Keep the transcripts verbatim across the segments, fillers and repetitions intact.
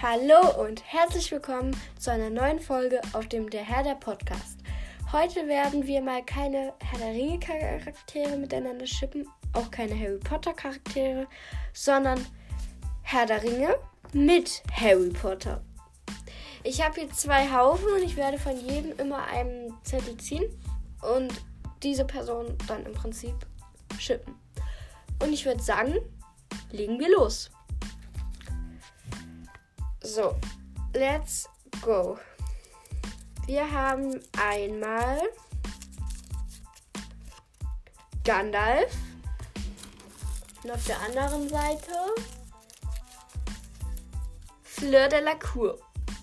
Hallo und herzlich willkommen zu einer neuen Folge auf dem Der Herr der Podcast. Heute werden wir mal keine Herr der Ringe Charaktere miteinander schippen, auch keine Harry Potter Charaktere, sondern Herr der Ringe mit Harry Potter. Ich habe hier zwei Haufen und ich werde von jedem immer einen Zettel ziehen und diese Person dann im Prinzip schippen. Und ich würde sagen, legen wir los. So, let's go. Wir haben einmal Gandalf und auf der anderen Seite Fleur de la Cour.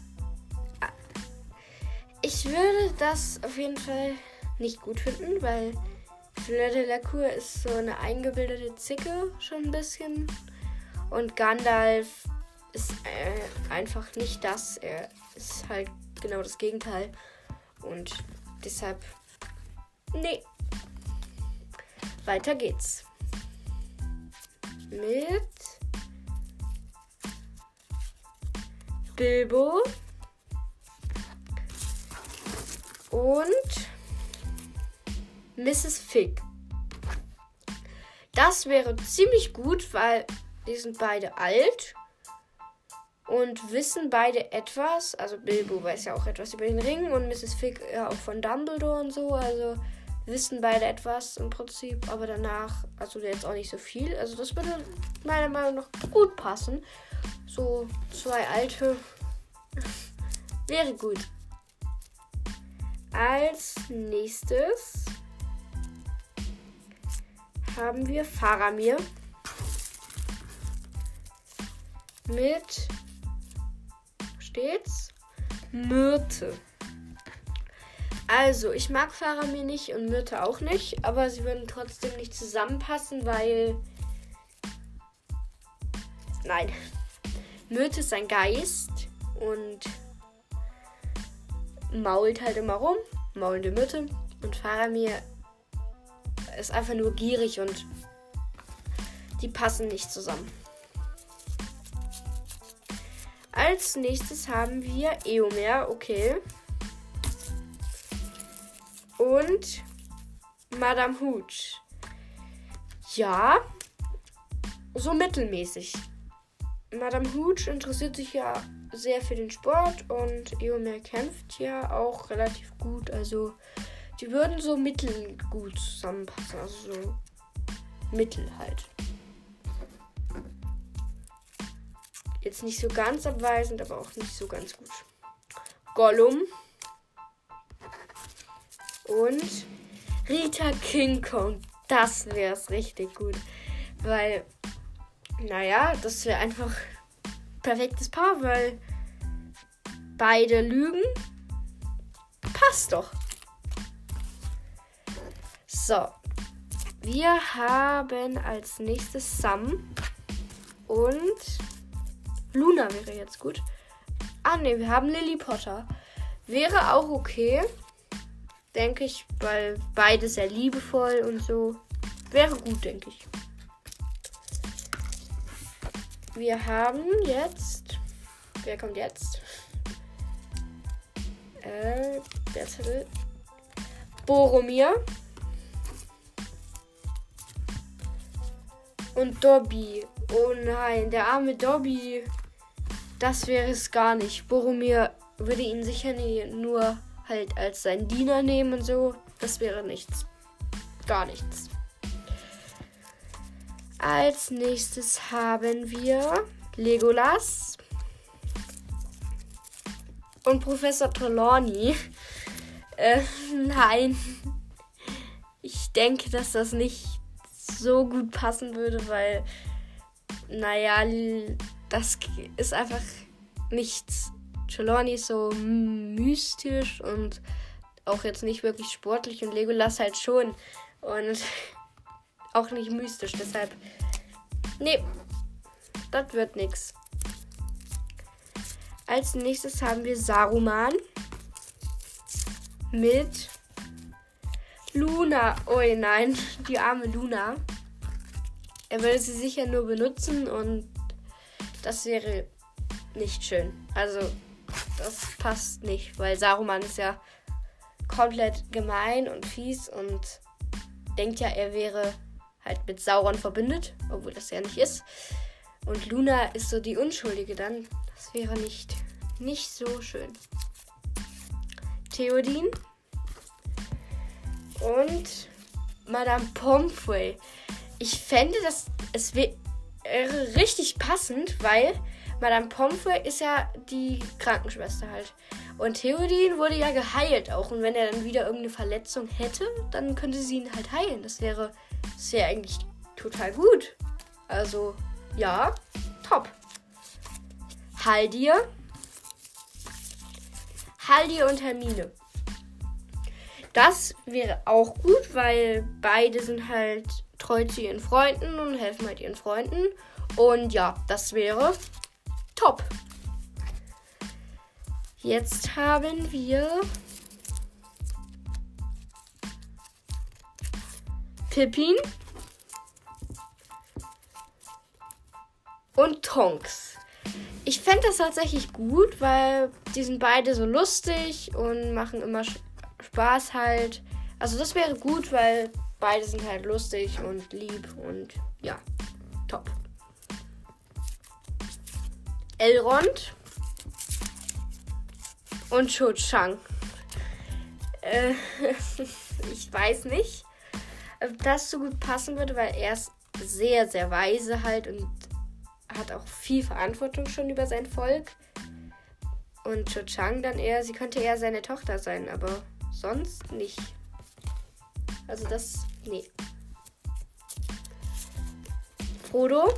Ich würde das auf jeden Fall nicht gut finden, weil Fleur de la Cour ist so eine eingebildete Zicke schon ein bisschen und Gandalf ist äh, einfach nicht das. Er ist halt genau das Gegenteil. Und deshalb, nee. Weiter geht's. Mit Bilbo und Misses Fig. Das wäre ziemlich gut, weil die sind beide alt. Und wissen beide etwas, also Bilbo weiß ja auch etwas über den Ring und Misses Fig ja auch von Dumbledore und so, also wissen beide etwas im Prinzip, aber danach, also jetzt auch nicht so viel, also das würde meiner Meinung nach gut passen. So zwei alte wäre gut. Als nächstes haben wir Faramir mit steht's? Myrte. Also, ich mag Faramir nicht und Myrte auch nicht, aber sie würden trotzdem nicht zusammenpassen, weil nein. Myrte ist ein Geist und mault halt immer rum, maulende Myrte, und Faramir ist einfach nur gierig und die passen nicht zusammen. Als nächstes haben wir Eomer, okay. Und Madame Hooch. Ja, so mittelmäßig. Madame Hooch interessiert sich ja sehr für den Sport und Eomer kämpft ja auch relativ gut. Also die würden so mittelgut zusammenpassen, also so mittel halt. Jetzt nicht so ganz abweisend, aber auch nicht so ganz gut. Gollum und Rita King Kong. Das wäre es richtig gut. Weil, naja, das wäre einfach ein perfektes Paar, weil beide lügen. Passt doch. So. Wir haben als nächstes Sam und Luna wäre jetzt gut. Ah ne, wir haben Lily Potter. Wäre auch okay. Denke ich, weil beide sehr liebevoll und so. Wäre gut, denke ich. Wir haben jetzt... Wer kommt jetzt? Äh, der Zettel. Boromir. Und Dobby. Oh nein, der arme Dobby. Das wäre es gar nicht. Boromir würde ihn sicher nie, nur halt als seinen Diener nehmen und so. Das wäre nichts. Gar nichts. Als nächstes haben wir Legolas und Professor Trelawney. Äh, nein. Ich denke, dass das nicht so gut passen würde, weil naja, das ist einfach nichts. Trelawney ist so mystisch und auch jetzt nicht wirklich sportlich und Legolas halt schon. Und auch nicht mystisch, deshalb nee, das wird nix. Als nächstes haben wir Saruman mit Luna. Oh nein, die arme Luna. Er würde sie sicher nur benutzen und das wäre nicht schön. Also, das passt nicht, weil Saruman ist ja komplett gemein und fies und denkt ja, er wäre halt mit Sauron verbündet, obwohl das ja nicht ist. Und Luna ist so die Unschuldige dann. Das wäre nicht, nicht so schön. Theoden und Madame Pomfrey. Ich fände, dass es wäre richtig passend, weil Madame Pomfrey ist ja die Krankenschwester halt. Und Theoden wurde ja geheilt auch. Und wenn er dann wieder irgendeine Verletzung hätte, dann könnte sie ihn halt heilen. Das wäre, das wäre eigentlich total gut. Also, ja, top. Haldir. Haldir und Hermine. Das wäre auch gut, weil beide sind halt treu zu ihren Freunden und helfen halt ihren Freunden. Und ja, das wäre top. Jetzt haben wir Pippin und Tonks. Ich fände das tatsächlich gut, weil die sind beide so lustig und machen immer Spaß halt. Also das wäre gut, weil beide sind halt lustig und lieb und ja, top. Elrond und Cho Chang. Äh, ich weiß nicht, ob das so gut passen würde, weil er ist sehr, sehr weise halt und hat auch viel Verantwortung schon über sein Volk. Und Cho Chang dann eher, sie könnte eher seine Tochter sein, aber sonst nicht. Also das, nee. Frodo.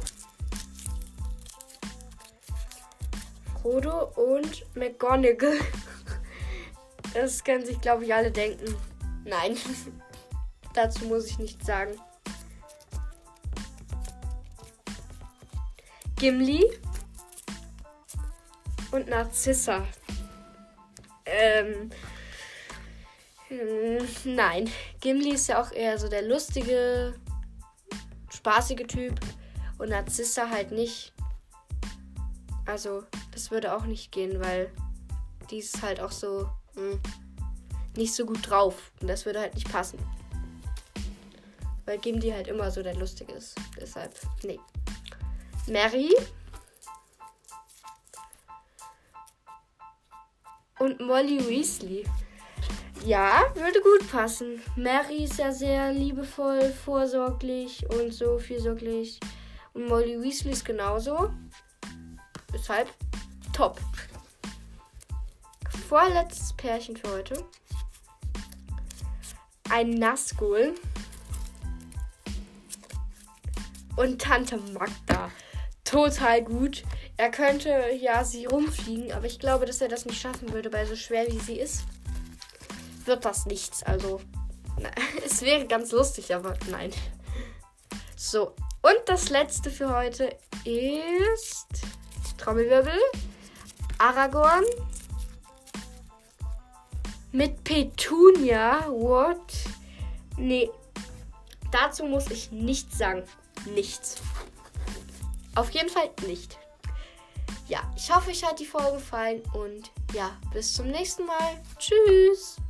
Frodo und McGonagall. Das können sich, glaube ich, alle denken. Nein. Dazu muss ich nichts sagen. Gimli und Narcissa. Ähm, hm, nein. Gimli ist ja auch eher so der lustige, spaßige Typ und Narcissa halt nicht. Also, das würde auch nicht gehen, weil die ist halt auch so mh, nicht so gut drauf und das würde halt nicht passen. Weil Gimli halt immer so der Lustige ist. Deshalb, nee. Mary und Molly Weasley. Ja, würde gut passen. Mary ist ja sehr liebevoll, vorsorglich und so fürsorglich. Und Molly Weasley ist genauso. Deshalb top. Vorletztes Pärchen für heute. Ein Nazgul und Tante Magda. Total gut. Er könnte ja sie rumfliegen, aber ich glaube, dass er das nicht schaffen würde, weil so schwer wie sie ist, wird das nichts. Also, na, es wäre ganz lustig, aber nein. So, und das letzte für heute ist Trommelwirbel. Aragorn mit Petunia. What? Nee, dazu muss ich nichts sagen. Nichts. Auf jeden Fall nicht. Ja, ich hoffe, euch hat die Folge gefallen und ja, bis zum nächsten Mal. Tschüss.